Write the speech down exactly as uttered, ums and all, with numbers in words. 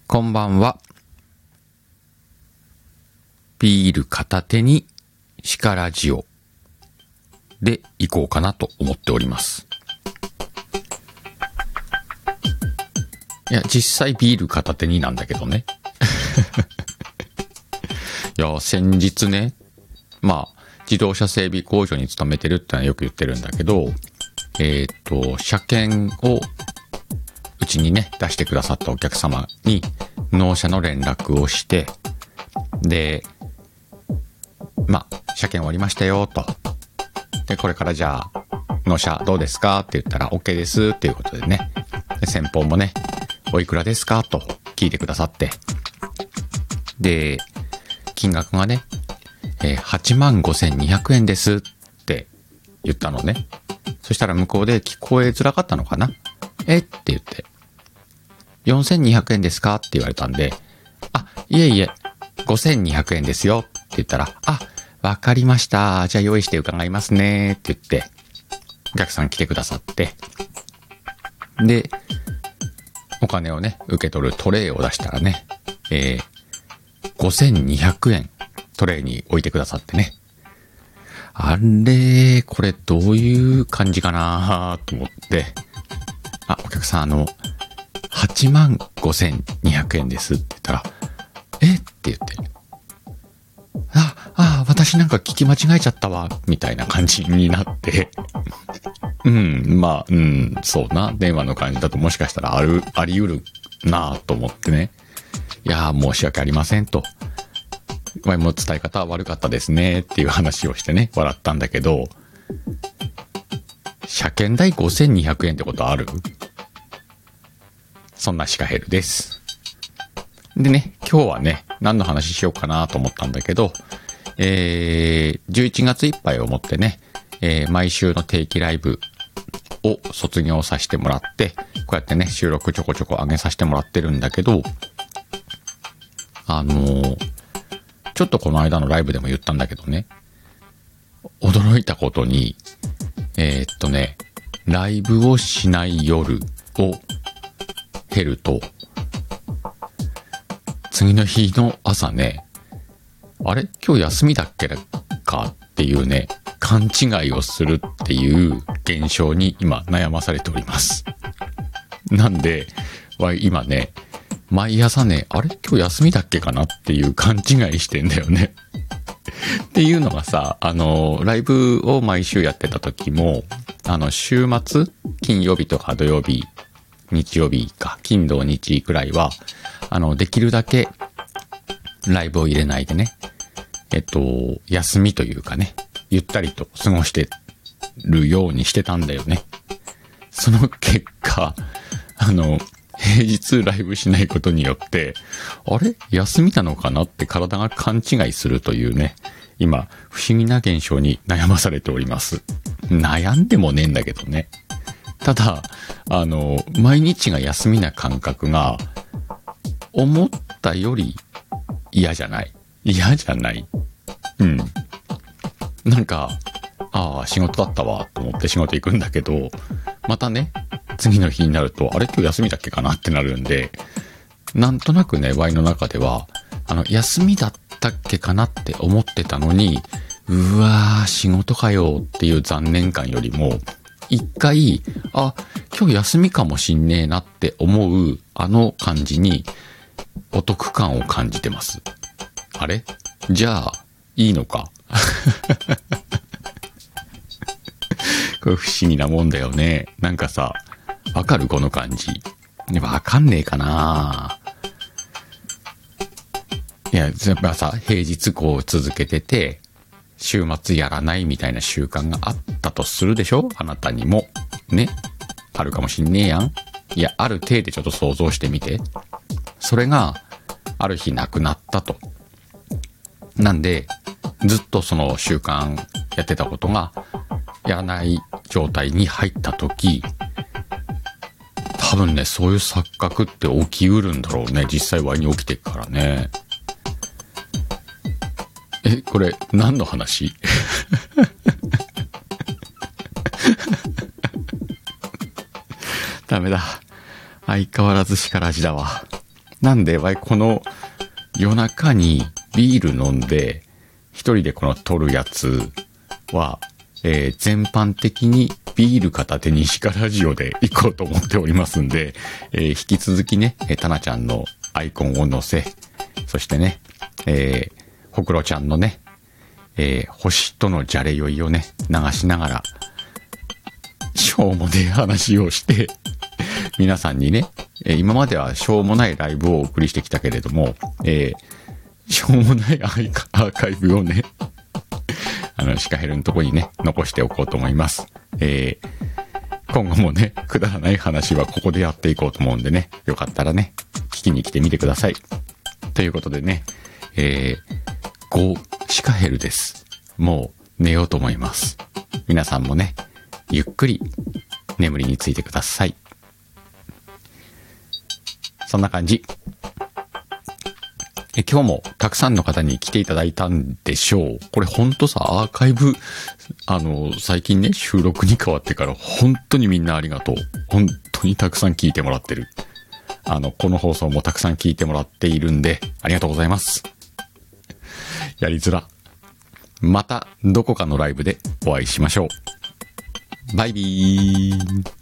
こんばんは。ビール片手にシカラジオで行こうかなと思っております。いや、実際ビール片手になんだけどね。いや、先日ね、まあ、自動車整備工場に勤めてるってのはよく言ってるんだけど、えっと、車検をうちにね、出してくださったお客様に納車の連絡をして、で、まあ、車検終わりましたよ、と。で、これからじゃあ、納車どうですかって言ったら OK ですっていうことでね。で、先方もね、おいくらですかと聞いてくださって。で、金額がね、えー、はちまんごせんにひゃくえんですって言ったのね。そしたら向こうで聞こえづらかったのかな。えって言って、よんせんにひゃくえんですかって言われたんで、あ、いえいえ、ごせんにひゃくえんですよって言ったら、あ、わかりました。じゃあ用意して伺いますねって言って、お客さん来てくださって、で、お金をね、受け取るトレイを出したらね、えー、ごせんにひゃくえんトレイに置いてくださってね。あれ、これどういう感じかなと思って、あ、お客さんあの、はちまんごせんにひゃくえんですって言ったら、えって言って、あ、あ、私なんか聞き間違えちゃったわ、みたいな感じになって、うん、まあ、うん、そうな、電話の感じだともしかしたらある、あり得るなぁと思ってね。いやー、申し訳ありませんと。前も伝え方は悪かったですねっていう話をしてね、笑ったんだけど、車検代ごせんにひゃくえんってことある？そんなシカヘルです。でね、今日はね、何の話しようかなと思ったんだけど、えー、じゅういちがついっぱいをもってね、えー、毎週の定期ライブを卒業させてもらって、こうやってね、収録ちょこちょこ上げさせてもらってるんだけど、あのー、ちょっとこの間のライブでも言ったんだけどね、驚いたことに、えー、っとね、ライブをしない夜を減ると、次の日の朝ね、あれ今日休みだっけかっていうね、勘違いをするっていう現象に今悩まされております。なんで、今ね、毎朝ね、あれ今日休みだっけかなっていう勘違いしてんだよね。っていうのがさ、あの、ライブを毎週やってた時も、あの、週末、金曜日とか土曜日、日曜日か、金土日くらいは、あの、できるだけライブを入れないでね、えっと、休みというかね、ゆったりと過ごしてるようにしてたんだよね。その結果、あの、平日ライブしないことによって、あれ休みなのかなって体が勘違いするというね、今、不思議な現象に悩まされております。悩んでもねえんだけどね。ただ、あの、毎日が休みな感覚が、思ったより嫌じゃない。嫌じゃない。うん。なんか、ああ、仕事だったわ、と思って仕事行くんだけど、またね、次の日になると、あれ今日休みだっけかなってなるんで、なんとなくね、ワイの中では、あの、休みだったっけかなって思ってたのに、うわー、仕事かよっていう残念感よりも、一回、あ、今日休みかもしんねえなって思う、あの感じに、お得感を感じてます。あれ？じゃあ、いいのか。これ不思議なもんだよね。なんかさ、わかるこの感じ。わかんねえかないや、やっぱさ、平日こう続けてて、週末やらないみたいな習慣があったとするでしょ？あなたにも。ね。あるかもしんねえやん。いや、ある程度ちょっと想像してみて。それが、ある日なくなったと。なんで、ずっとその習慣やってたことが、やらない状態に入ったとき、多分ね、そういう錯覚って起きうるんだろうね。実際 Y に起きてるからね。え、これ、何の話？ダメだ。相変わらずしからじだわ。 なんで、わい、この夜中にビール飲んで、一人でこの撮るやつは、えー、全般的にビール片手にシカラジオで行こうと思っておりますんで、えー、引き続きね、えー、タナちゃんのアイコンを載せ、そしてね、えー、ほくろちゃんのね、えー、星とのじゃれ酔いをね、流しながら、しょうもねえ話をして、皆さんにね、えー、今まではしょうもないライブをお送りしてきたけれども、えー、しょうもないアーカイブをね、あの、シカヘルのとこにね、残しておこうと思います。えー、今後もね、くだらない話はここでやっていこうと思うんでね、よかったらね、聞きに来てみてください。ということでね、えー、ゴーシカヘルです。もう寝ようと思います。皆さんもね、ゆっくり眠りについてください。そんな感じ。え今日もたくさんの方に来ていただいたんでしょう。これほんとさ、アーカイブ、あの、最近ね、収録に変わってから本当にみんなありがとう。本当にたくさん聞いてもらってる。あの、この放送もたくさん聞いてもらっているんで、ありがとうございます。やりづら。またどこかのライブでお会いしましょう。バイビー。